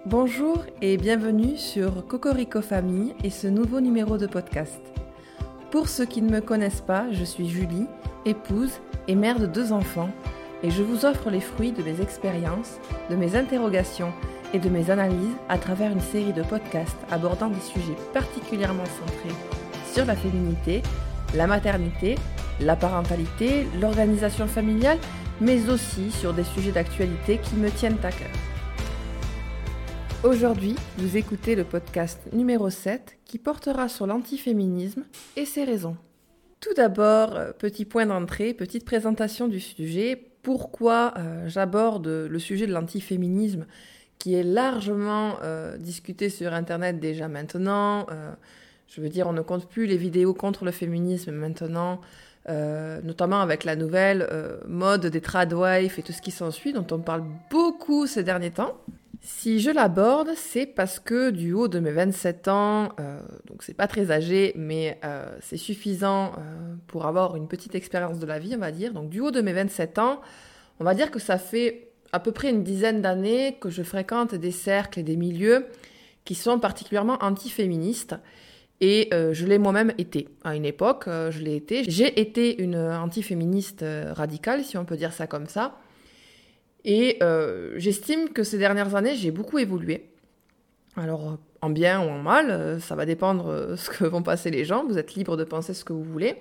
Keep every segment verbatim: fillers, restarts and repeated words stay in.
Bonjour et bienvenue sur Cocorico Famille et ce nouveau numéro de podcast. Pour ceux qui ne me connaissent pas, je suis Julie, épouse et mère de deux enfants et je vous offre les fruits de mes expériences, de mes interrogations et de mes analyses à travers une série de podcasts abordant des sujets particulièrement centrés sur la féminité, la maternité, la parentalité, l'organisation familiale, mais aussi sur des sujets d'actualité qui me tiennent à cœur. Aujourd'hui, vous écoutez le podcast numéro sept qui portera sur l'antiféminisme et ses raisons. Tout d'abord, petit point d'entrée, petite présentation du sujet. Pourquoi euh, j'aborde le sujet de l'antiféminisme qui est largement euh, discuté sur Internet déjà maintenant. Euh, je veux dire, on ne compte plus les vidéos contre le féminisme maintenant, euh, notamment avec la nouvelle euh, mode des tradwives et tout ce qui s'ensuit, dont on parle beaucoup ces derniers temps. Si je l'aborde, c'est parce que du haut de mes vingt-sept ans, euh, donc c'est pas très âgé, mais euh, c'est suffisant euh, pour avoir une petite expérience de la vie, on va dire. Donc du haut de mes vingt-sept ans, on va dire que ça fait à peu près une dizaine d'années que je fréquente des cercles et des milieux qui sont particulièrement antiféministes. Et euh, je l'ai moi-même été. À une époque, euh, je l'ai été. J'ai été une antiféministe radicale, si on peut dire ça comme ça. Et euh, j'estime que ces dernières années, j'ai beaucoup évolué. Alors, en bien ou en mal, ça va dépendre de ce que vont passer les gens. Vous êtes libre de penser ce que vous voulez.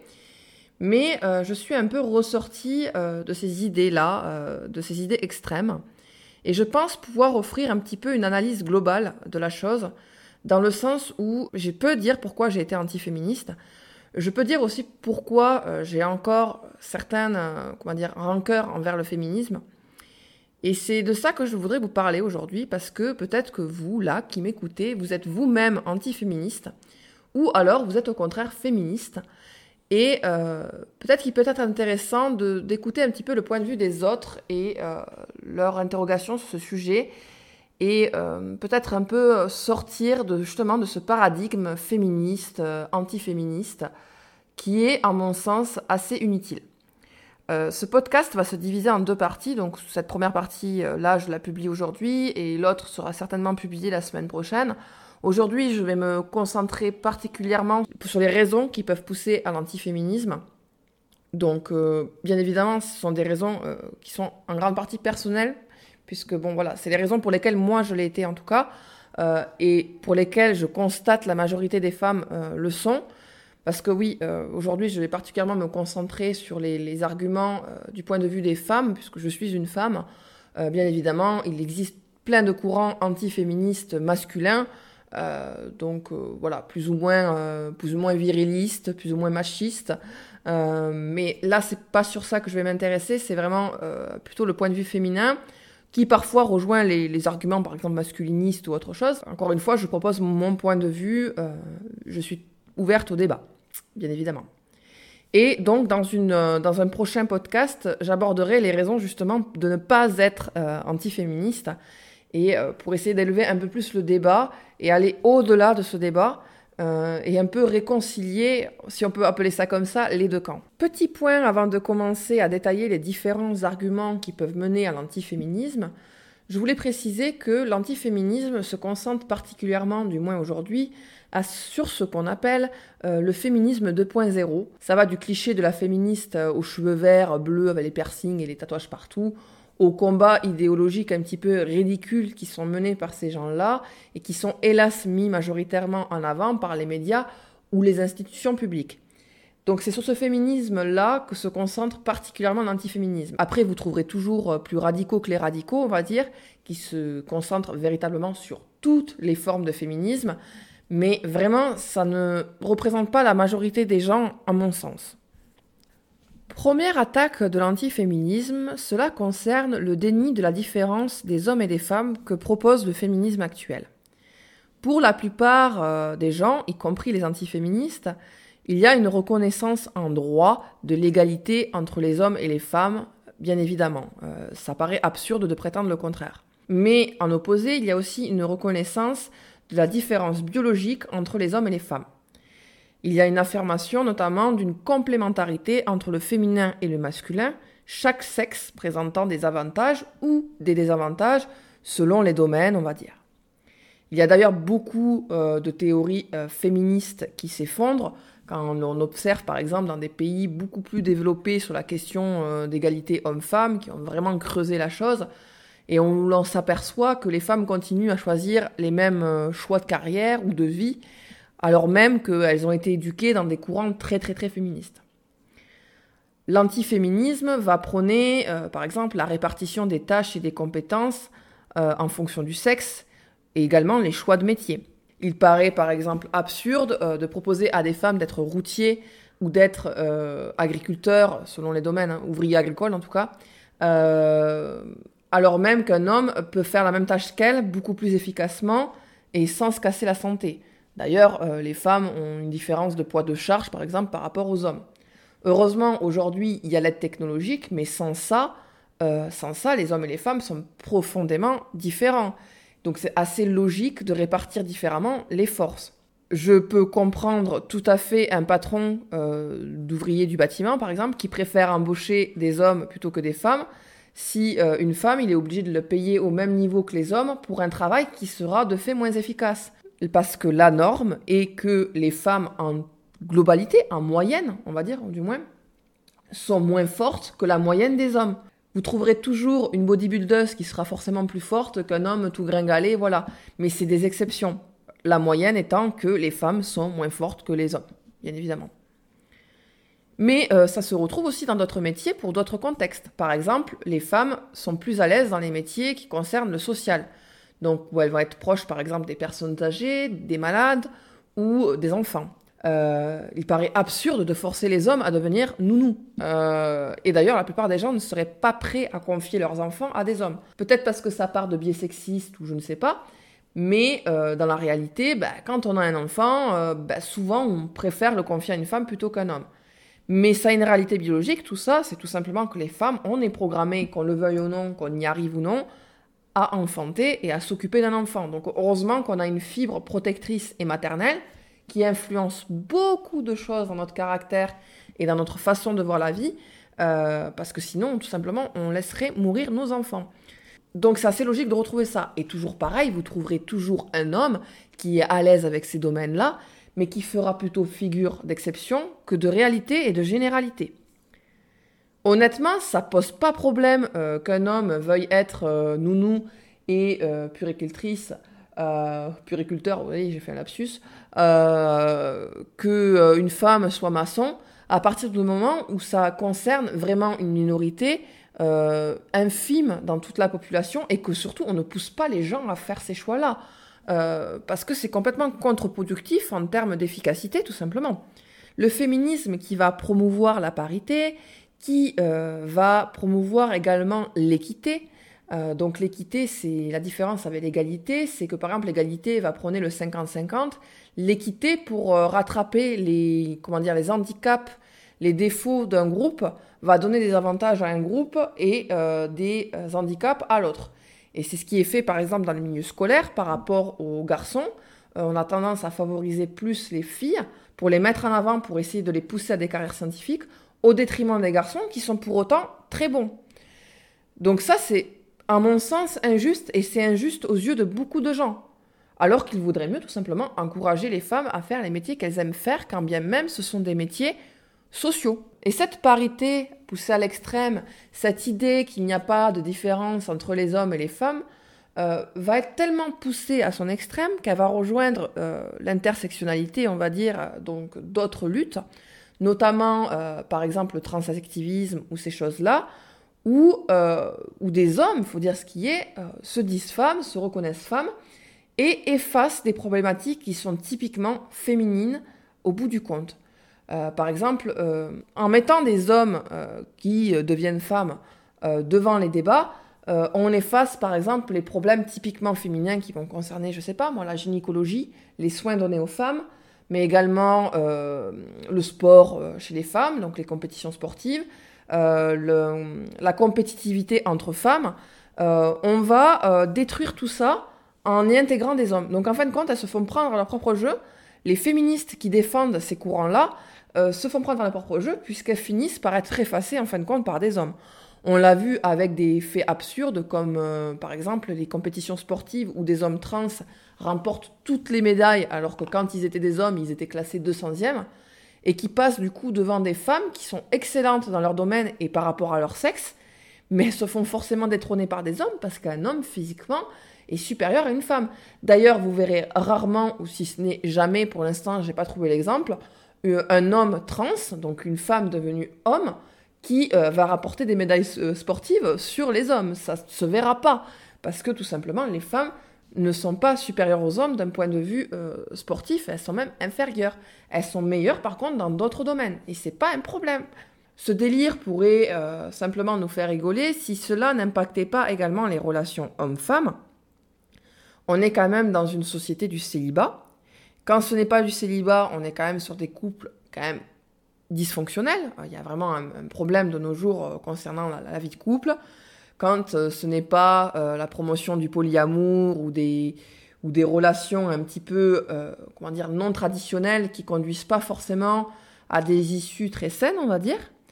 Mais euh, je suis un peu ressortie euh, de ces idées-là, euh, de ces idées extrêmes. Et je pense pouvoir offrir un petit peu une analyse globale de la chose, dans le sens où je peux dire pourquoi j'ai été antiféministe. Je peux dire aussi pourquoi euh, j'ai encore certaines euh, comment dire, rancœurs envers le féminisme. Et c'est de ça que je voudrais vous parler aujourd'hui, parce que peut-être que vous, là, qui m'écoutez, vous êtes vous-même antiféministe, ou alors vous êtes au contraire féministe. Et euh, peut-être qu'il peut être intéressant de, d'écouter un petit peu le point de vue des autres et euh, leur interrogation sur ce sujet, et euh, peut-être un peu sortir de, justement de ce paradigme féministe, euh, antiféministe, qui est, à mon sens, assez inutile. Euh, ce podcast va se diviser en deux parties, donc cette première partie, euh, là, je la publie aujourd'hui, et l'autre sera certainement publiée la semaine prochaine. Aujourd'hui, je vais me concentrer particulièrement sur les raisons qui peuvent pousser à l'antiféminisme. Donc, euh, bien évidemment, ce sont des raisons euh, qui sont en grande partie personnelles, puisque, bon, voilà, c'est les raisons pour lesquelles moi, je l'ai été en tout cas, euh, et pour lesquelles je constate la majorité des femmes euh, le sont. Parce que oui, euh, aujourd'hui, je vais particulièrement me concentrer sur les, les arguments euh, du point de vue des femmes, puisque je suis une femme. Euh, bien évidemment, il existe plein de courants antiféministes masculins, euh, donc euh, voilà, plus ou moins, euh, plus ou moins virilistes, plus ou moins machistes. Euh, mais là, c'est pas sur ça que je vais m'intéresser, c'est vraiment euh, plutôt le point de vue féminin, qui parfois rejoint les, les arguments, par exemple, masculinistes ou autre chose. Encore une fois, je propose mon point de vue, euh, je suis ouverte au débat, bien évidemment. Et donc, dans, une, dans un prochain podcast, j'aborderai les raisons justement de ne pas être euh, antiféministe et euh, pour essayer d'élever un peu plus le débat et aller au-delà de ce débat euh, et un peu réconcilier, si on peut appeler ça comme ça, les deux camps. Petit point avant de commencer à détailler les différents arguments qui peuvent mener à l'antiféminisme, je voulais préciser que l'antiféminisme se concentre particulièrement, du moins aujourd'hui, à, sur ce qu'on appelle euh, le féminisme deux point zéro. Ça va du cliché de la féministe euh, aux cheveux verts, bleus, avec les piercings et les tatouages partout, aux combats idéologiques un petit peu ridicules qui sont menés par ces gens-là et qui sont hélas mis majoritairement en avant par les médias ou les institutions publiques. Donc c'est sur ce féminisme-là que se concentre particulièrement l'antiféminisme. Après, vous trouverez toujours plus radicaux que les radicaux, on va dire, qui se concentrent véritablement sur toutes les formes de féminisme, mais vraiment, ça ne représente pas la majorité des gens, à mon sens. Première attaque de l'antiféminisme, cela concerne le déni de la différence des hommes et des femmes que propose le féminisme actuel. Pour la plupart euh, des gens, y compris les antiféministes, il y a une reconnaissance en droit de l'égalité entre les hommes et les femmes, bien évidemment. Euh, ça paraît absurde de prétendre le contraire. Mais en opposé, il y a aussi une reconnaissance de la différence biologique entre les hommes et les femmes. Il y a une affirmation notamment d'une complémentarité entre le féminin et le masculin, chaque sexe présentant des avantages ou des désavantages selon les domaines, on va dire. Il y a d'ailleurs beaucoup euh, de théories euh, féministes qui s'effondrent quand on observe par exemple dans des pays beaucoup plus développés sur la question euh, d'égalité hommes-femmes, qui ont vraiment creusé la chose, et on, on s'aperçoit que les femmes continuent à choisir les mêmes euh, choix de carrière ou de vie, alors même qu'elles ont été éduquées dans des courants très très très féministes. L'antiféminisme va prôner, euh, par exemple, la répartition des tâches et des compétences euh, en fonction du sexe, et également les choix de métier. Il paraît par exemple absurde euh, de proposer à des femmes d'être routiers ou d'être euh, agriculteurs, selon les domaines, hein, ouvriers agricoles en tout cas, euh, alors même qu'un homme peut faire la même tâche qu'elle beaucoup plus efficacement et sans se casser la santé. D'ailleurs, euh, les femmes ont une différence de poids de charge par exemple par rapport aux hommes. Heureusement, aujourd'hui, il y a l'aide technologique, mais sans ça, euh, sans ça, les hommes et les femmes sont profondément différents. Donc c'est assez logique de répartir différemment les forces. Je peux comprendre tout à fait un patron euh, d'ouvrier du bâtiment, par exemple, qui préfère embaucher des hommes plutôt que des femmes, si euh, une femme, il est obligé de le payer au même niveau que les hommes pour un travail qui sera de fait moins efficace. Parce que la norme est que les femmes en globalité, en moyenne, on va dire, du moins, sont moins fortes que la moyenne des hommes. Vous trouverez toujours une bodybuildeuse qui sera forcément plus forte qu'un homme tout gringalé, voilà. Mais c'est des exceptions. La moyenne étant que les femmes sont moins fortes que les hommes, bien évidemment. Mais euh, ça se retrouve aussi dans d'autres métiers pour d'autres contextes. Par exemple, les femmes sont plus à l'aise dans les métiers qui concernent le social. Donc, où elles vont être proches, par exemple, des personnes âgées, des malades ou des enfants. Euh, il paraît absurde de forcer les hommes à devenir nounous. Euh, et d'ailleurs, la plupart des gens ne seraient pas prêts à confier leurs enfants à des hommes. Peut-être parce que ça part de biais sexistes ou je ne sais pas, mais euh, dans la réalité, bah, quand on a un enfant, euh, bah, souvent on préfère le confier à une femme plutôt qu'un homme. Mais ça a une réalité biologique, tout ça, c'est tout simplement que les femmes, on est programmées, qu'on le veuille ou non, qu'on y arrive ou non, à enfanter et à s'occuper d'un enfant. Donc heureusement qu'on a une fibre protectrice et maternelle qui influence beaucoup de choses dans notre caractère et dans notre façon de voir la vie, euh, parce que sinon, tout simplement, on laisserait mourir nos enfants. Donc c'est assez logique de retrouver ça. Et toujours pareil, vous trouverez toujours un homme qui est à l'aise avec ces domaines-là, mais qui fera plutôt figure d'exception que de réalité et de généralité. Honnêtement, ça pose pas problème euh, qu'un homme veuille être euh, nounou et euh, puricultrice, Euh, puriculteur, oui, j'ai fait un lapsus, euh, qu'une euh, femme soit maçon, à partir du moment où ça concerne vraiment une minorité euh, infime dans toute la population et que surtout on ne pousse pas les gens à faire ces choix-là. Euh, parce que c'est complètement contre-productif en termes d'efficacité, tout simplement. Le féminisme qui va promouvoir la parité, qui euh, va promouvoir également l'équité. Euh, donc l'équité, c'est la différence avec l'égalité, c'est que par exemple l'égalité va prôner le cinquante cinquante, l'équité pour euh, rattraper les, comment dire, les handicaps, les défauts d'un groupe, va donner des avantages à un groupe et euh, des euh, handicaps à l'autre. Et c'est ce qui est fait par exemple dans le milieu scolaire par rapport aux garçons. Euh, on a tendance à favoriser plus les filles pour les mettre en avant, pour essayer de les pousser à des carrières scientifiques, au détriment des garçons qui sont pour autant très bons. Donc ça, c'est à mon sens, injuste, et c'est injuste aux yeux de beaucoup de gens. Alors qu'il vaudrait mieux tout simplement encourager les femmes à faire les métiers qu'elles aiment faire, quand bien même ce sont des métiers sociaux. Et cette parité poussée à l'extrême, cette idée qu'il n'y a pas de différence entre les hommes et les femmes, euh, va être tellement poussée à son extrême qu'elle va rejoindre euh, l'intersectionnalité, on va dire, donc d'autres luttes, notamment euh, par exemple le transactivisme ou ces choses-là, Où, euh, où des hommes, il faut dire ce qui est, euh, se disent femmes, se reconnaissent femmes, et effacent des problématiques qui sont typiquement féminines au bout du compte. Euh, par exemple, euh, en mettant des hommes euh, qui euh, deviennent femmes euh, devant les débats, euh, on efface par exemple les problèmes typiquement féminins qui vont concerner, je sais pas moi, la gynécologie, les soins donnés aux femmes, mais également euh, le sport euh, chez les femmes, donc les compétitions sportives, Euh, le, la compétitivité entre femmes, euh, on va euh, détruire tout ça en y intégrant des hommes. Donc en fin de compte, elles se font prendre à leur propre jeu. Les féministes qui défendent ces courants-là euh, se font prendre à leur propre jeu puisqu'elles finissent par être effacées en fin de compte par des hommes. On l'a vu avec des faits absurdes comme euh, par exemple les compétitions sportives où des hommes trans remportent toutes les médailles alors que quand ils étaient des hommes, ils étaient classés deux centièmes et qui passent du coup devant des femmes qui sont excellentes dans leur domaine et par rapport à leur sexe, mais se font forcément détrôner par des hommes parce qu'un homme physiquement est supérieur à une femme. D'ailleurs, vous verrez rarement, ou si ce n'est jamais, pour l'instant, j'ai pas trouvé l'exemple, un homme trans, donc une femme devenue homme, qui euh, va rapporter des médailles euh, sportives sur les hommes. Ça ne se verra pas, parce que tout simplement, les femmes ne sont pas supérieures aux hommes d'un point de vue euh, sportif, elles sont même inférieures. Elles sont meilleures, par contre, dans d'autres domaines, et c'est pas un problème. Ce délire pourrait euh, simplement nous faire rigoler si cela n'impactait pas également les relations hommes-femmes. On est quand même dans une société du célibat. Quand ce n'est pas du célibat, on est quand même sur des couples quand même dysfonctionnels. Il y a vraiment un, un problème de nos jours euh, concernant la, la vie de couple. Quand euh, ce n'est pas euh, la promotion du polyamour ou des, ou des relations un petit peu euh, comment dire, non traditionnelles qui conduisent pas forcément à des issues très saines, on va dire.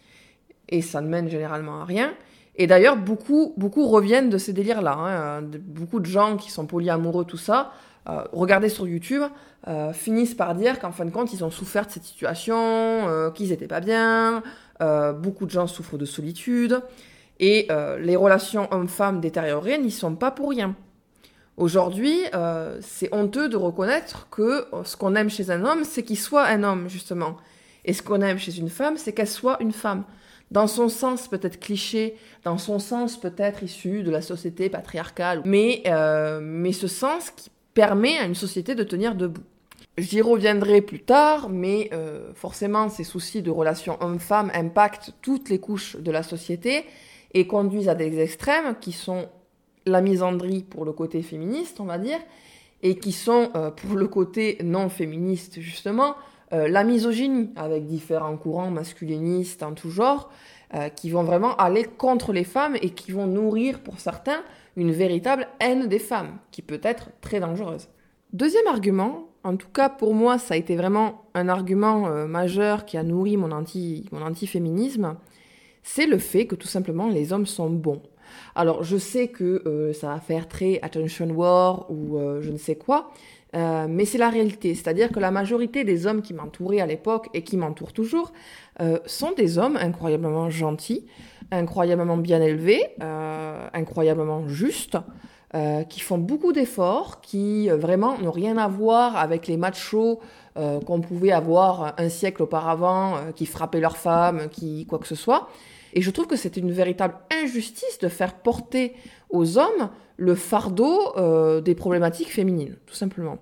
Et ça ne mène généralement à rien. Et d'ailleurs, beaucoup, beaucoup reviennent de ces délires-là. Hein. Beaucoup de gens qui sont polyamoureux, tout ça, euh, regardez sur YouTube, euh, finissent par dire qu'en fin de compte, ils ont souffert de cette situation, euh, qu'ils n'étaient pas bien. Euh, beaucoup de gens souffrent de solitude. Et euh, les relations hommes-femmes détériorées n'y sont pas pour rien. Aujourd'hui, euh, c'est honteux de reconnaître que ce qu'on aime chez un homme, c'est qu'il soit un homme, justement. Et ce qu'on aime chez une femme, c'est qu'elle soit une femme. Dans son sens peut-être cliché, dans son sens peut-être issu de la société patriarcale, mais, euh, mais ce sens qui permet à une société de tenir debout. J'y reviendrai plus tard, mais euh, forcément ces soucis de relations hommes-femmes impactent toutes les couches de la société et conduisent à des extrêmes qui sont la misandrie pour le côté féministe, on va dire, et qui sont euh, pour le côté non féministe justement, Euh, la misogynie, avec différents courants masculinistes en tout genre, euh, qui vont vraiment aller contre les femmes et qui vont nourrir, pour certains, une véritable haine des femmes, qui peut être très dangereuse. Deuxième argument, en tout cas pour moi, ça a été vraiment un argument euh, majeur qui a nourri mon, anti, mon anti-féminisme, c'est le fait que tout simplement les hommes sont bons. Alors je sais que euh, ça va faire très attention war ou euh, je ne sais quoi, Euh, mais c'est la réalité, c'est-à-dire que la majorité des hommes qui m'entouraient à l'époque et qui m'entourent toujours euh, sont des hommes incroyablement gentils, incroyablement bien élevés, euh, incroyablement justes, euh, qui font beaucoup d'efforts, qui euh, vraiment n'ont rien à voir avec les machos euh, qu'on pouvait avoir un siècle auparavant, euh, qui frappaient leurs femmes, qui quoi que ce soit. Et je trouve que c'est une véritable injustice de faire porter aux hommes le fardeau euh, des problématiques féminines, tout simplement.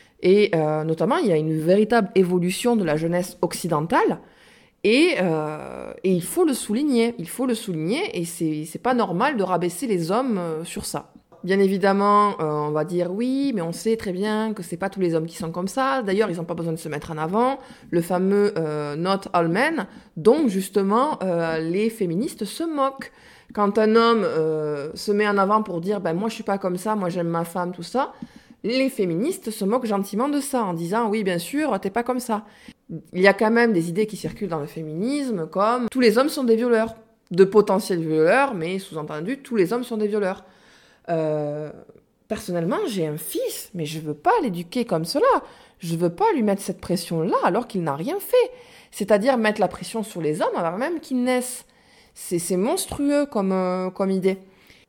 Et euh, notamment, il y a une véritable évolution de la jeunesse occidentale, et, euh, et il faut le souligner, il faut le souligner, et c'est, c'est pas normal de rabaisser les hommes euh, sur ça. Bien évidemment, euh, on va dire oui, mais on sait très bien que c'est pas tous les hommes qui sont comme ça. D'ailleurs, ils n'ont pas besoin de se mettre en avant. Le fameux euh, not all men, dont justement euh, les féministes se moquent. Quand un homme euh, se met en avant pour dire ben moi je suis pas comme ça, moi j'aime ma femme, tout ça, les féministes se moquent gentiment de ça en disant oui bien sûr t'es pas comme ça. Il y a quand même des idées qui circulent dans le féminisme comme tous les hommes sont des violeurs, de potentiels violeurs, mais sous-entendu tous les hommes sont des violeurs. Euh, personnellement j'ai un fils, mais je veux pas l'éduquer comme cela. Je veux pas lui mettre cette pression-là alors qu'il n'a rien fait. C'est-à-dire mettre la pression sur les hommes avant même qu'ils naissent. C'est, c'est monstrueux comme, euh, comme idée.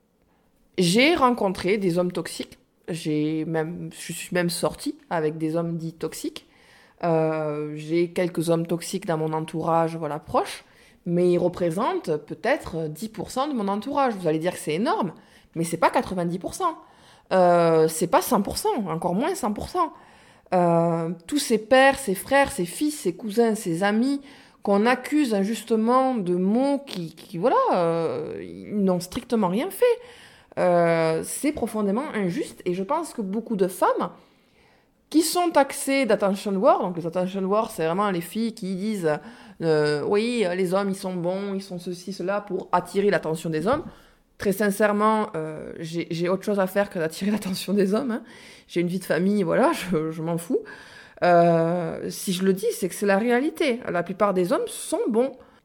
J'ai rencontré des hommes toxiques. J'ai même, je suis même sortie avec des hommes dits toxiques. Euh, j'ai quelques hommes toxiques dans mon entourage, voilà, proche. Mais ils représentent peut-être dix pour cent de mon entourage. Vous allez dire que c'est énorme, mais c'est pas quatre-vingt-dix pour cent. Euh, c'est pas cent pour cent, encore moins cent pour cent. Euh, tous ces pères, ces frères, ces fils, ces cousins, ces amis qu'on accuse injustement de mots qui, qui voilà, euh, ils n'ont strictement rien fait. Euh, c'est profondément injuste et je pense que beaucoup de femmes qui sont taxées d'attention war, donc les attention war, c'est vraiment les filles qui disent euh, oui, les hommes, ils sont bons, ils sont ceci, cela, pour attirer l'attention des hommes. Très sincèrement, euh, j'ai, j'ai autre chose à faire que d'attirer l'attention des hommes. Hein. J'ai une vie de famille, voilà, je, je m'en fous. Euh, si je le dis, c'est que c'est la réalité. La plupart des hommes sont bons.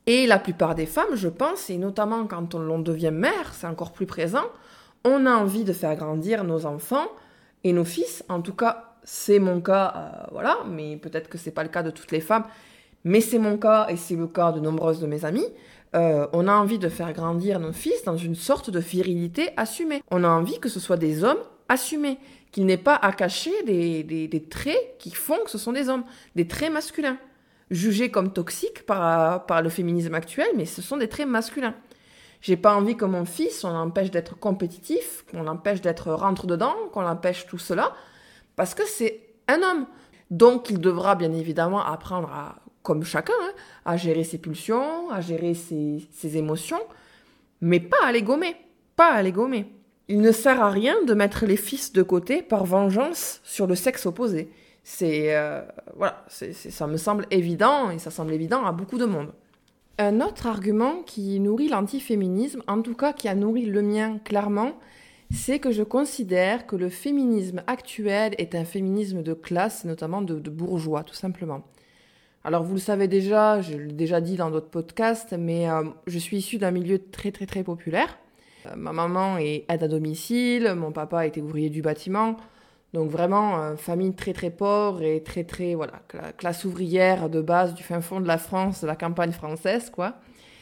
Et la plupart des femmes, je pense, et notamment quand on, on devient mère, c'est encore plus présent, on a envie de faire grandir nos enfants et nos fils. En tout cas, c'est mon cas, euh, voilà, mais peut-être que c'est pas le cas de toutes les femmes, mais c'est mon cas et c'est le cas de nombreuses de mes amies. Euh, on a envie de faire grandir nos fils dans une sorte de virilité assumée. On a envie que ce soit des hommes assumés, qu'ils n'aient pas à cacher des, des, des traits qui font que ce sont des hommes, des traits masculins, jugés comme toxiques par, par le féminisme actuel, mais ce sont des traits masculins. J'ai pas envie que mon fils, on l'empêche d'être compétitif, qu'on l'empêche d'être rentre-dedans, qu'on l'empêche tout cela, parce que c'est un homme. Donc, il devra bien évidemment apprendre, à, comme chacun, hein, à gérer ses pulsions, à gérer ses, ses émotions, mais pas à les gommer, pas à les gommer. Il ne sert à rien de mettre les fils de côté par vengeance sur le sexe opposé. C'est, euh, voilà, c'est, c'est, ça me semble évident, et ça semble évident à beaucoup de monde. Un autre argument qui nourrit l'antiféminisme, en tout cas qui a nourri le mien clairement, c'est que je considère que le féminisme actuel est un féminisme de classe, notamment de, de bourgeois, tout simplement. Alors vous le savez déjà, je l'ai déjà dit dans d'autres podcasts, mais euh, je suis issue d'un milieu très très très populaire. Euh, ma maman est aide à domicile, mon papa était ouvrier du bâtiment, donc vraiment euh, famille très très pauvre et très très, voilà, classe ouvrière de base du fin fond de la France, de la campagne française, quoi.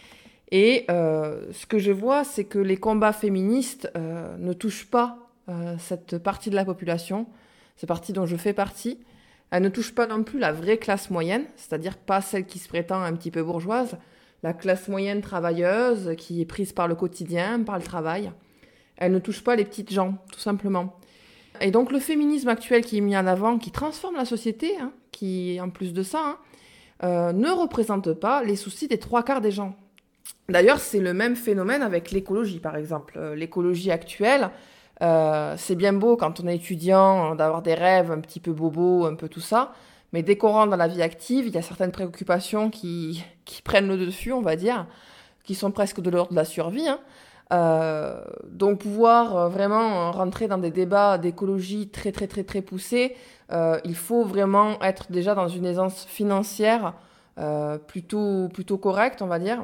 Et euh, ce que je vois, c'est que les combats féministes euh, ne touchent pas euh, cette partie de la population, cette partie dont je fais partie. Elles ne touchent pas non plus la vraie classe moyenne, c'est-à-dire pas celle qui se prétend un petit peu bourgeoise, la classe moyenne travailleuse qui est prise par le quotidien, par le travail. Elles ne touchent pas les petites gens, tout simplement. Et donc le féminisme actuel qui est mis en avant, qui transforme la société, hein, qui, en plus de ça, hein, euh, ne représente pas les soucis des trois quarts des gens. D'ailleurs, c'est le même phénomène avec l'écologie, par exemple. Euh, l'écologie actuelle, euh, c'est bien beau quand on est étudiant d'avoir des rêves un petit peu bobos, un peu tout ça, mais dès qu'on rentre dans la vie active, il y a certaines préoccupations qui, qui prennent le dessus, on va dire, qui sont presque de l'ordre de la survie, hein. Euh, donc pouvoir vraiment rentrer dans des débats d'écologie très très très très poussés, euh, il faut vraiment être déjà dans une aisance financière euh, plutôt, plutôt correcte, on va dire,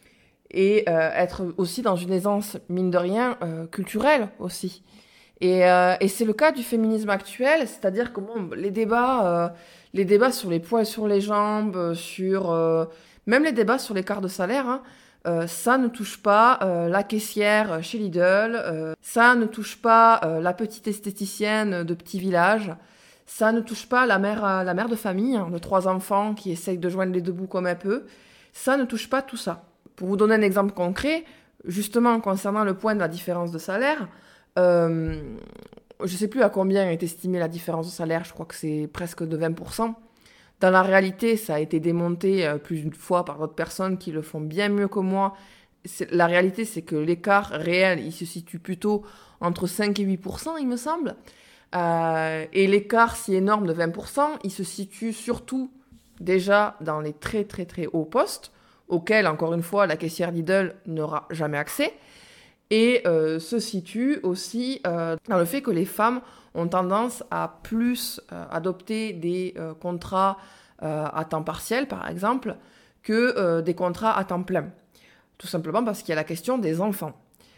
et euh, être aussi dans une aisance, mine de rien, euh, culturelle aussi. Et, euh, et c'est le cas du féminisme actuel, c'est-à-dire que bon, les débats, euh, les débats sur les poids sur les jambes, sur euh, même les débats sur l'écart de salaire, hein, Euh, ça ne touche pas euh, la caissière chez Lidl, euh, ça ne touche pas euh, la petite esthéticienne de petit village, ça ne touche pas la mère, euh, la mère de famille, hein, de trois enfants qui essaye de joindre les deux bouts comme elle peut, ça ne touche pas tout ça. Pour vous donner un exemple concret, justement concernant le point de la différence de salaire, euh, je ne sais plus à combien est estimée la différence de salaire, je crois que c'est presque de vingt pour cent. Dans la réalité, ça a été démonté euh, plus d'une fois par d'autres personnes qui le font bien mieux que moi. C'est, la réalité, c'est que l'écart réel, il se situe plutôt entre cinq et huit pour cent, il me semble. Euh, et l'écart si énorme de vingt pour cent, il se situe surtout déjà dans les très très très hauts postes, auxquels, encore une fois, la caissière Lidl n'aura jamais accès. Et euh, se situe aussi euh, dans le fait que les femmes ont tendance à plus euh, adopter des euh, contrats euh, à temps partiel, par exemple, que euh, des contrats à temps plein. Tout simplement parce qu'il y a la question des enfants.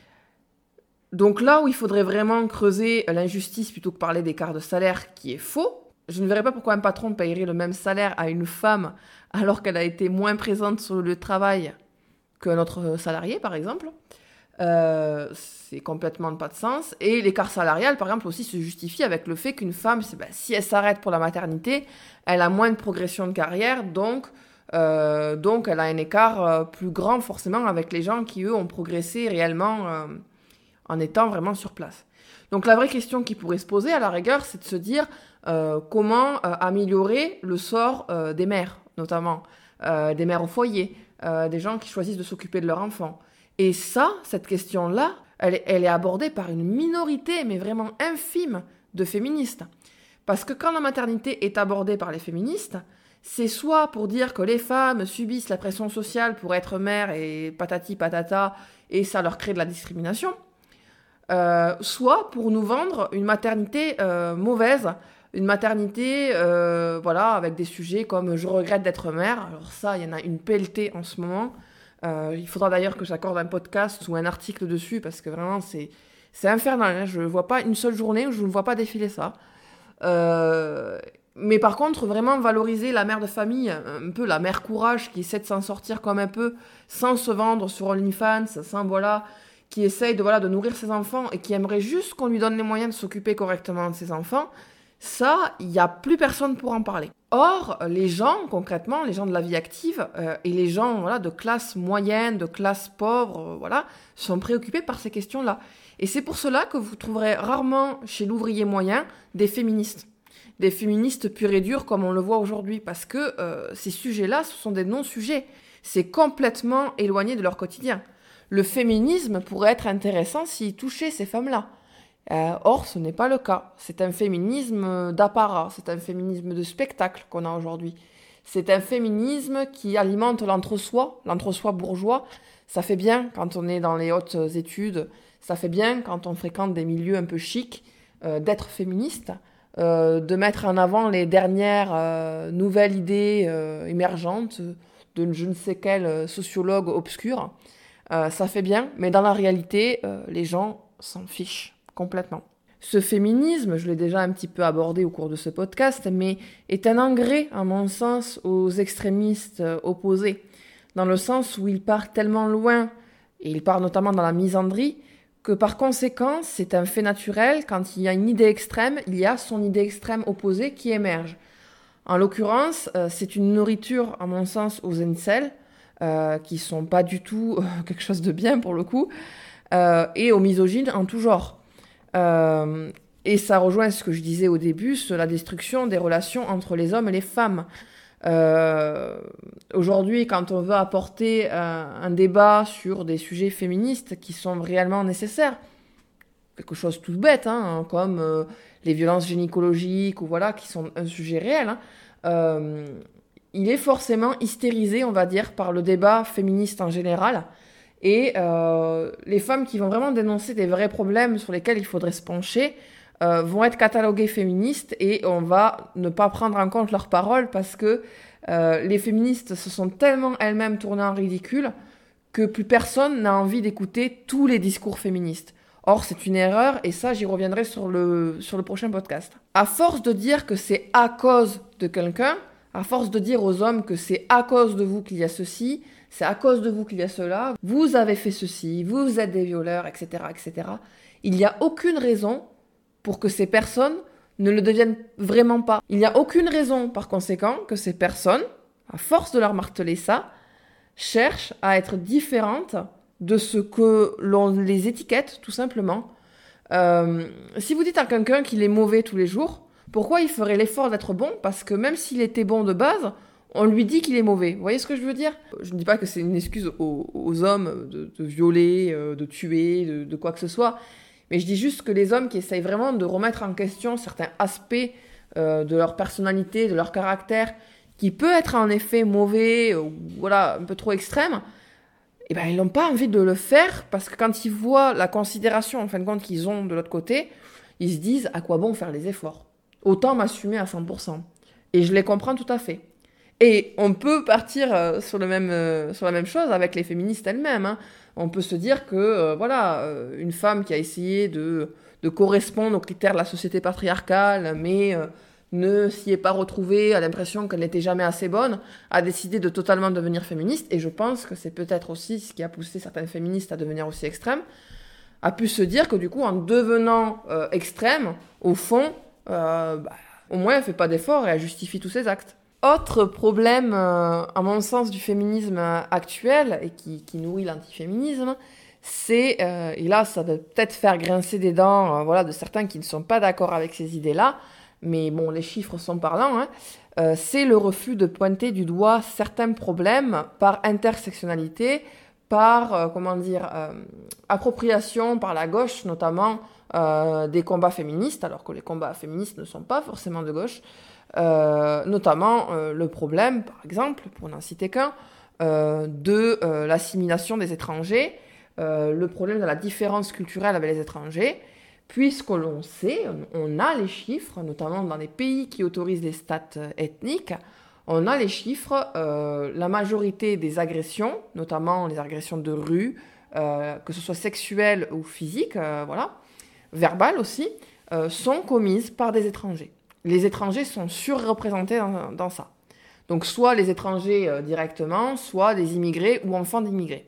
Donc là où il faudrait vraiment creuser l'injustice plutôt que parler d'écart de salaire qui est faux, je ne verrais pas pourquoi un patron payerait le même salaire à une femme alors qu'elle a été moins présente sur le lieu de travail qu'un autre salarié, par exemple. Euh, c'est complètement pas de sens. Et l'écart salarial, par exemple, aussi se justifie avec le fait qu'une femme, c'est, ben, si elle s'arrête pour la maternité, elle a moins de progression de carrière, donc, euh, donc elle a un écart euh, plus grand forcément avec les gens qui, eux, ont progressé réellement euh, en étant vraiment sur place. Donc la vraie question qui pourrait se poser, à la rigueur, c'est de se dire euh, comment euh, améliorer le sort euh, des mères, notamment, euh, des mères au foyer, euh, des gens qui choisissent de s'occuper de leurs enfants. Et ça, cette question-là, elle, elle est abordée par une minorité, mais vraiment infime, de féministes. Parce que quand la maternité est abordée par les féministes, c'est soit pour dire que les femmes subissent la pression sociale pour être mères et patati patata, et ça leur crée de la discrimination, euh, soit pour nous vendre une maternité euh, mauvaise, une maternité euh, voilà, avec des sujets comme « je regrette d'être mère ». Alors ça, il y en a une pelletée en ce moment. Euh, il faudra d'ailleurs que j'accorde un podcast ou un article dessus, parce que vraiment, c'est, c'est infernal. Hein. Je ne vois pas une seule journée où je ne vois pas défiler ça. Euh, mais par contre, vraiment valoriser la mère de famille, un peu la mère courage, qui essaie de s'en sortir comme un peu, sans se vendre sur OnlyFans, sans, voilà, qui essaye de, voilà, de nourrir ses enfants et qui aimerait juste qu'on lui donne les moyens de s'occuper correctement de ses enfants, ça, il n'y a plus personne pour en parler. Or, les gens, concrètement, les gens de la vie active euh, et les gens voilà, de classe moyenne, de classe pauvre, euh, voilà, sont préoccupés par ces questions-là. Et c'est pour cela que vous trouverez rarement chez l'ouvrier moyen des féministes. Des féministes purs et durs comme on le voit aujourd'hui. Parce que euh, ces sujets-là, ce sont des non-sujets. C'est complètement éloigné de leur quotidien. Le féminisme pourrait être intéressant s'il touchait ces femmes-là. Euh, or, ce n'est pas le cas. C'est un féminisme d'apparat, c'est un féminisme de spectacle qu'on a aujourd'hui. C'est un féminisme qui alimente l'entre-soi, l'entre-soi bourgeois. Ça fait bien quand on est dans les hautes études, ça fait bien quand on fréquente des milieux un peu chics, euh, d'être féministe, euh, de mettre en avant les dernières euh, nouvelles idées euh, émergentes de je ne sais quel sociologue obscur. Euh, ça fait bien, mais dans la réalité, euh, les gens s'en fichent. Complètement. Ce féminisme, je l'ai déjà un petit peu abordé au cours de ce podcast, mais est un engrais, à mon sens, aux extrémistes opposés, dans le sens où il part tellement loin, et il part notamment dans la misandrie, que par conséquent, c'est un fait naturel, quand il y a une idée extrême, il y a son idée extrême opposée qui émerge. En l'occurrence, euh, c'est une nourriture, à mon sens, aux incels, euh, qui sont pas du tout euh, quelque chose de bien pour le coup, euh, et aux misogynes en tout genre. Euh, et ça rejoint ce que je disais au début sur la destruction des relations entre les hommes et les femmes. Euh, aujourd'hui, quand on veut apporter un, un débat sur des sujets féministes qui sont réellement nécessaires, quelque chose tout bête, hein, comme euh, les violences gynécologiques, ou voilà, qui sont un sujet réel, hein, euh, il est forcément hystérisé, on va dire, par le débat féministe en général. Et euh, les femmes qui vont vraiment dénoncer des vrais problèmes sur lesquels il faudrait se pencher euh, vont être cataloguées féministes et on va ne pas prendre en compte leurs paroles parce que euh, les féministes se sont tellement elles-mêmes tournées en ridicule que plus personne n'a envie d'écouter tous les discours féministes. Or, c'est une erreur et ça, j'y reviendrai sur le, sur le prochain podcast. À force de dire que c'est à cause de quelqu'un, à force de dire aux hommes que c'est à cause de vous qu'il y a ceci, c'est à cause de vous qu'il y a cela, vous avez fait ceci, vous êtes des violeurs, et cetera, et cetera. Il n'y a aucune raison pour que ces personnes ne le deviennent vraiment pas. Il n'y a aucune raison, par conséquent, que ces personnes, à force de leur marteler ça, cherchent à être différentes de ce que l'on les étiquette, tout simplement. Euh, si vous dites à quelqu'un qu'il est mauvais tous les jours, pourquoi il ferait l'effort d'être bon ? Parce que même s'il était bon de base, on lui dit qu'il est mauvais. Vous voyez ce que je veux dire ? Je ne dis pas que c'est une excuse aux, aux hommes de, de violer, de tuer, de, de quoi que ce soit. Mais je dis juste que les hommes qui essayent vraiment de remettre en question certains aspects euh, de leur personnalité, de leur caractère, qui peut être en effet mauvais, ou voilà, un peu trop extrême, eh ben, ils n'ont pas envie de le faire parce que quand ils voient la considération, en fin de compte, qu'ils ont de l'autre côté, ils se disent à quoi bon faire les efforts ? Autant m'assumer à cent pour cent. Et je les comprends tout à fait. Et on peut partir euh, sur, le même, euh, sur la même chose avec les féministes elles-mêmes. Hein. On peut se dire que, euh, voilà, euh, une femme qui a essayé de, de correspondre aux critères de la société patriarcale, mais euh, ne s'y est pas retrouvée, a l'impression qu'elle n'était jamais assez bonne, a décidé de totalement devenir féministe. Et je pense que c'est peut-être aussi ce qui a poussé certaines féministes à devenir aussi extrêmes, a pu se dire que du coup, en devenant euh, extrême, au fond, euh, bah, au moins elle ne fait pas d'efforts et elle justifie tous ses actes. Autre problème, euh, à mon sens, du féminisme actuel et qui, qui nourrit l'antiféminisme, c'est, euh, et là ça va peut-être faire grincer des dents euh, voilà, de certains qui ne sont pas d'accord avec ces idées-là, mais bon, les chiffres sont parlants, hein, euh, c'est le refus de pointer du doigt certains problèmes par intersectionnalité, par, euh, comment dire, euh, appropriation par la gauche, notamment euh, des combats féministes, alors que les combats féministes ne sont pas forcément de gauche. Euh, notamment euh, le problème, par exemple, pour n'en citer qu'un, euh, de euh, l'assimilation des étrangers, euh, le problème de la différence culturelle avec les étrangers, puisque l'on sait, on a les chiffres, notamment dans les pays qui autorisent les stats ethniques, On a les chiffres, euh, la majorité des agressions, notamment les agressions de rue, euh, que ce soit sexuelles ou physiques, euh, voilà, verbales aussi, euh, sont commises par des étrangers. Les étrangers sont surreprésentés dans, dans ça. Donc soit les étrangers euh, directement, soit des immigrés ou enfants d'immigrés.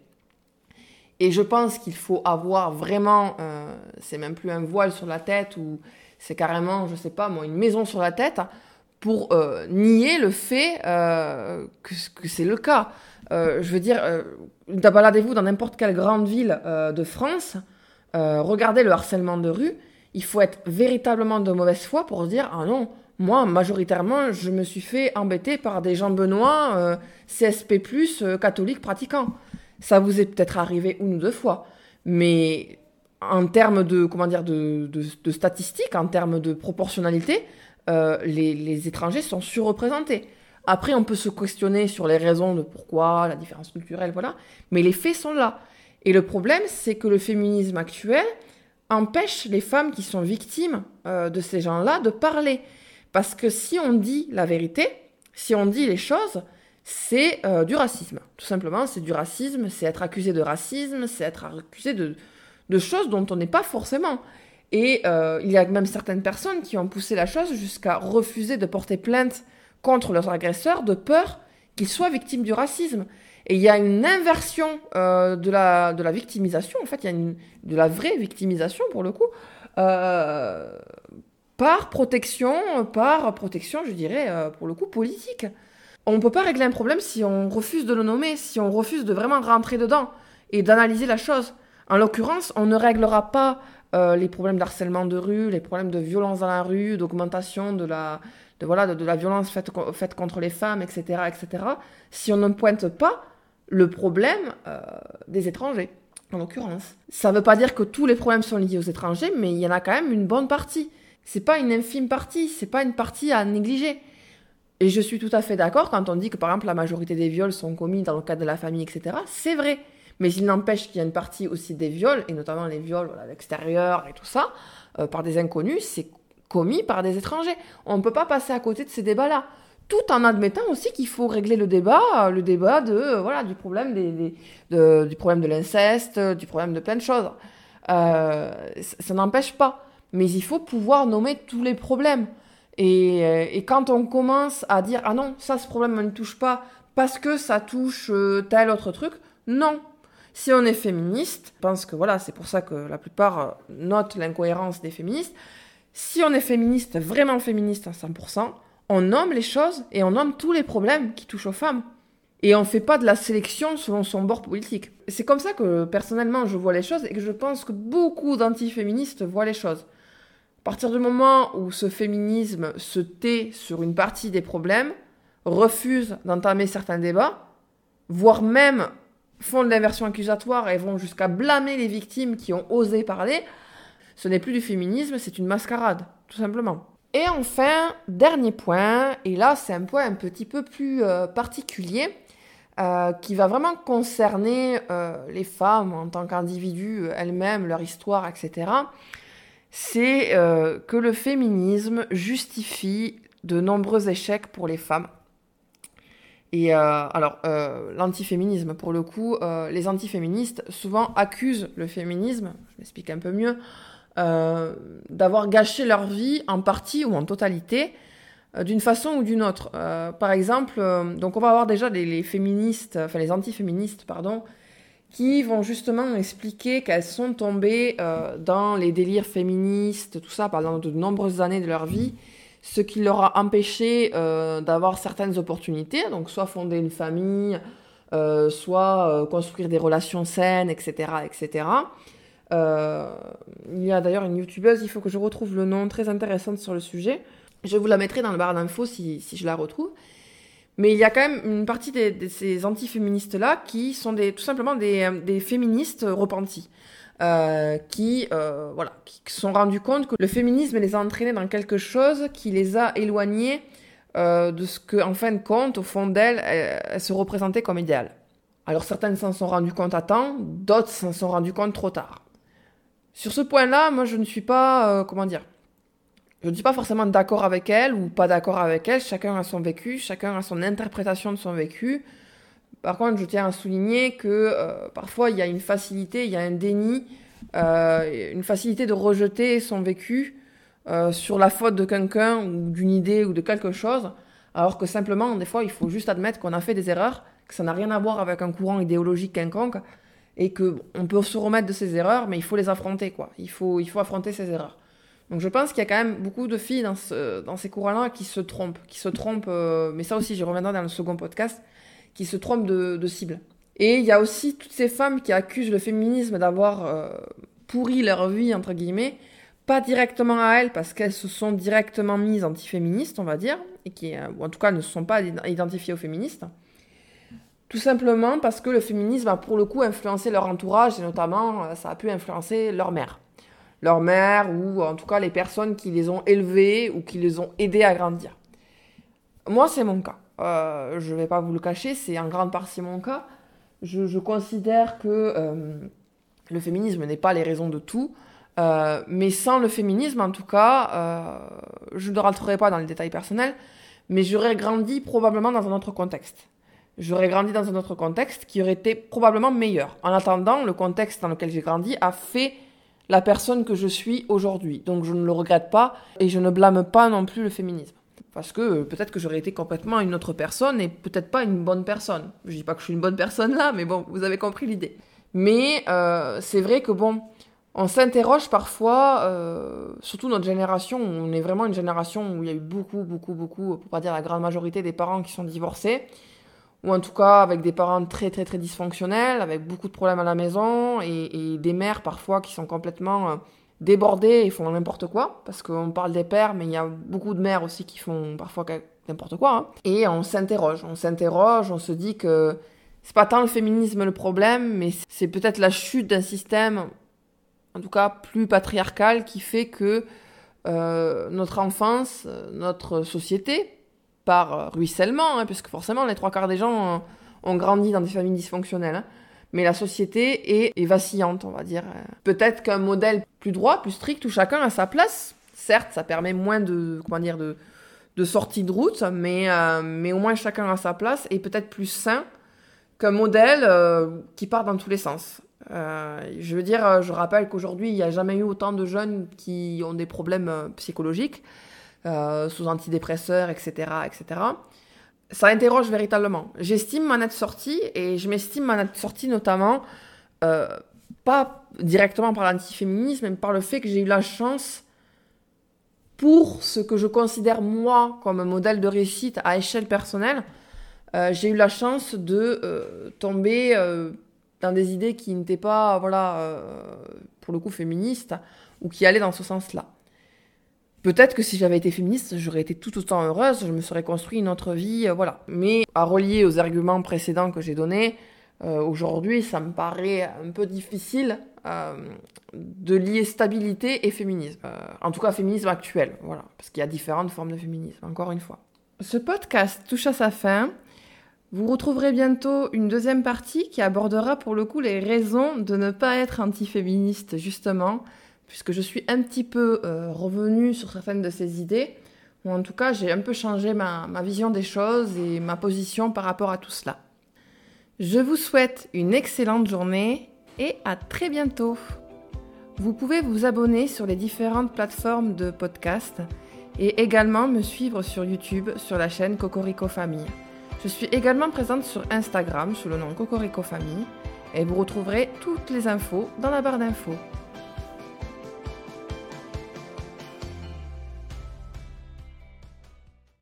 Et je pense qu'il faut avoir vraiment, euh, c'est même plus un voile sur la tête ou c'est carrément, je sais pas moi, une maison sur la tête pour euh, nier le fait euh, que, que c'est le cas. Euh, je veux dire, euh, baladez-vous dans n'importe quelle grande ville euh, de France, euh, regardez le harcèlement de rue, il faut être véritablement de mauvaise foi pour se dire « Ah non, moi, majoritairement, je me suis fait embêter par des gens benoît, euh, C S P plus, euh, catholiques pratiquants. » Ça vous est peut-être arrivé une ou deux fois, mais en termes de, comment dire, de, de, de statistiques, en termes de proportionnalité, euh, les, les étrangers sont surreprésentés. Après, on peut se questionner sur les raisons de pourquoi, la différence culturelle, voilà, mais les faits sont là. Et le problème, c'est que le féminisme actuel empêche les femmes qui sont victimes euh, de ces gens-là de parler. Parce que si on dit la vérité, si on dit les choses, c'est euh, du racisme. Tout simplement, c'est du racisme, c'est être accusé de racisme, c'est être accusé de, de choses dont on n'est pas forcément. Et euh, il y a même certaines personnes qui ont poussé la chose jusqu'à refuser de porter plainte contre leurs agresseurs de peur qu'ils soient victimes du racisme. Et il y a une inversion euh, de, la, de la victimisation, en fait, il y a une, de la vraie victimisation pour le coup, euh, par protection, par protection, je dirais, euh, pour le coup, politique. On ne peut pas régler un problème si on refuse de le nommer, si on refuse de vraiment rentrer dedans et d'analyser la chose. En l'occurrence, on ne réglera pas euh, les problèmes d'harcèlement de rue, les problèmes de violence dans la rue, d'augmentation de la, de, voilà, de, de la violence faite, faite contre les femmes, et cetera, et cetera, si on ne pointe pas le problème euh, des étrangers, en l'occurrence. Ça ne veut pas dire que tous les problèmes sont liés aux étrangers, mais il y en a quand même une bonne partie. C'est pas une infime partie, c'est pas une partie à négliger. Et je suis tout à fait d'accord quand on dit que, par exemple, la majorité des viols sont commis dans le cadre de la famille, et cetera. C'est vrai. Mais il n'empêche qu'il y a une partie aussi des viols, et notamment les viols voilà, à l'extérieur et tout ça, euh, par des inconnus, c'est commis par des étrangers. On ne peut pas passer à côté de ces débats-là. Tout en admettant aussi qu'il faut régler le débat, le débat de, euh, voilà, du problème des, des, de, du problème de l'inceste, du problème de plein de choses. Euh, ça, ça n'empêche pas. Mais il faut pouvoir nommer tous les problèmes. Et, et quand on commence à dire « Ah non, ça, ce problème, on ne touche pas parce que ça touche euh, tel autre truc », non. Si on est féministe, je pense que voilà, c'est pour ça que la plupart euh, notent l'incohérence des féministes. Si on est féministe, vraiment féministe à cent pour cent, on nomme les choses et on nomme tous les problèmes qui touchent aux femmes. Et on ne fait pas de la sélection selon son bord politique. C'est comme ça que, personnellement, je vois les choses et que je pense que beaucoup d'antiféministes voient les choses. À partir du moment où ce féminisme se tait sur une partie des problèmes, refuse d'entamer certains débats, voire même font de l'inversion accusatoire et vont jusqu'à blâmer les victimes qui ont osé parler, ce n'est plus du féminisme, c'est une mascarade, tout simplement. Et enfin, dernier point, et là c'est un point un petit peu plus euh, particulier, euh, qui va vraiment concerner euh, les femmes en tant qu'individus, elles-mêmes, leur histoire, et cetera, c'est euh, que le féminisme justifie de nombreux échecs pour les femmes. Et euh, alors, euh, l'antiféminisme, pour le coup, euh, les antiféministes souvent accusent le féminisme, je m'explique un peu mieux, euh, d'avoir gâché leur vie en partie ou en totalité, euh, d'une façon ou d'une autre. Euh, par exemple, euh, donc on va avoir déjà les, les féministes, enfin les antiféministes, pardon, qui vont justement expliquer qu'elles sont tombées euh, dans les délires féministes, tout ça, pendant de nombreuses années de leur vie, ce qui leur a empêché euh, d'avoir certaines opportunités, donc soit fonder une famille, euh, soit euh, construire des relations saines, et cetera, et cetera. Euh, il y a d'ailleurs une youtubeuse, il faut que je retrouve le nom, très intéressante sur le sujet. Je vous la mettrai dans le barre d'infos si, si je la retrouve. Mais il y a quand même une partie de, de ces antiféministes-là qui sont des, tout simplement des, des féministes repentis. Euh, qui, euh, voilà, qui se sont rendus compte que le féminisme les a entraînés dans quelque chose qui les a éloignés euh, de ce que, en fin de compte, au fond d'elles, elles, elles se représentaient comme idéales. Alors certaines s'en sont rendues compte à temps, d'autres s'en sont rendues compte trop tard. Sur ce point-là, moi je ne suis pas, euh, comment dire, Je ne dis pas forcément d'accord avec elle ou pas d'accord avec elle, chacun a son vécu, chacun a son interprétation de son vécu. Par contre, je tiens à souligner que euh, parfois il y a une facilité, il y a un déni, euh, une facilité de rejeter son vécu euh, sur la faute de quelqu'un ou d'une idée ou de quelque chose, alors que simplement, des fois, il faut juste admettre qu'on a fait des erreurs, que ça n'a rien à voir avec un courant idéologique quelconque, et qu'on peut se remettre de ces erreurs, mais il faut les affronter, quoi. Il faut, il faut affronter ces erreurs. Donc je pense qu'il y a quand même beaucoup de filles dans, ce, dans ces courants-là qui se trompent, qui se trompent, euh, mais ça aussi, j'y reviendrai dans le second podcast, qui se trompent de, de cible. Et il y a aussi toutes ces femmes qui accusent le féminisme d'avoir euh, pourri leur vie, entre guillemets, pas directement à elles, parce qu'elles se sont directement mises antiféministes, on va dire, et qui, euh, ou en tout cas ne se sont pas identifiées aux féministes. Tout simplement parce que le féminisme a pour le coup influencé leur entourage, et notamment, euh, ça a pu influencer leur mère. Leur mère, ou en tout cas les personnes qui les ont élevées, ou qui les ont aidées à grandir. Moi, c'est mon cas. Euh, je ne vais pas vous le cacher, c'est en grande partie mon cas. Je, je considère que euh, le féminisme n'est pas les raisons de tout, euh, mais sans le féminisme, en tout cas, euh, je ne rentrerai pas dans les détails personnels, mais j'aurais grandi probablement dans un autre contexte. J'aurais grandi dans un autre contexte qui aurait été probablement meilleur. En attendant, le contexte dans lequel j'ai grandi a fait la personne que je suis aujourd'hui. Donc je ne le regrette pas et je ne blâme pas non plus le féminisme. Parce que peut-être que j'aurais été complètement une autre personne et peut-être pas une bonne personne. Je dis pas que je suis une bonne personne là, mais bon, vous avez compris l'idée. Mais euh, c'est vrai que bon, on s'interroge parfois, euh, surtout notre génération, on est vraiment une génération où il y a eu beaucoup, beaucoup, beaucoup, pour pas dire la grande majorité des parents qui sont divorcés, ou en tout cas avec des parents très, très, très dysfonctionnels, avec beaucoup de problèmes à la maison, et, et des mères parfois qui sont complètement... Euh, débordés et font n'importe quoi, parce qu'on parle des pères, mais il y a beaucoup de mères aussi qui font parfois n'importe quoi, hein. Et on s'interroge, on s'interroge, on se dit que c'est pas tant le féminisme le problème, mais c'est peut-être la chute d'un système, en tout cas plus patriarcal, qui fait que euh, notre enfance, notre société, par ruissellement, hein, puisque forcément les trois quarts des gens ont, ont grandi dans des familles dysfonctionnelles, hein, mais la société est, est vacillante, on va dire. Peut-être qu'un modèle plus droit, plus strict, où chacun a sa place. Certes, ça permet moins de, comment dire, de, de sorties de route, mais, euh, mais au moins chacun a sa place, et peut-être plus sain qu'un modèle euh, qui part dans tous les sens. Euh, je veux dire, je rappelle qu'aujourd'hui, il n'y a jamais eu autant de jeunes qui ont des problèmes psychologiques, euh, sous antidépresseurs, et cetera, et cetera. Ça interroge véritablement. J'estime m'en être sortie, et je m'estime m'en être sortie notamment, euh, pas directement par l'antiféminisme, mais par le fait que j'ai eu la chance, pour ce que je considère moi comme un modèle de réussite à échelle personnelle, euh, j'ai eu la chance de euh, tomber euh, dans des idées qui n'étaient pas, voilà, euh, pour le coup féministes, ou qui allaient dans ce sens-là. Peut-être que si j'avais été féministe, j'aurais été tout autant heureuse, je me serais construit une autre vie, euh, voilà. Mais à relier aux arguments précédents que j'ai donnés, euh, aujourd'hui, ça me paraît un peu difficile euh, de lier stabilité et féminisme. Euh, en tout cas, féminisme actuel, voilà. Parce qu'il y a différentes formes de féminisme, encore une fois. Ce podcast touche à sa fin. Vous retrouverez bientôt une deuxième partie qui abordera pour le coup les raisons de ne pas être antiféministe, justement, puisque je suis un petit peu euh, revenue sur certaines de ces idées, ou en tout cas j'ai un peu changé ma, ma vision des choses et ma position par rapport à tout cela. Je vous souhaite une excellente journée et à très bientôt. Vous pouvez vous abonner sur les différentes plateformes de podcast et également me suivre sur YouTube sur la chaîne Cocorico Famille. Je suis également présente sur Instagram sous le nom Cocorico Famille et vous retrouverez toutes les infos dans la barre d'infos.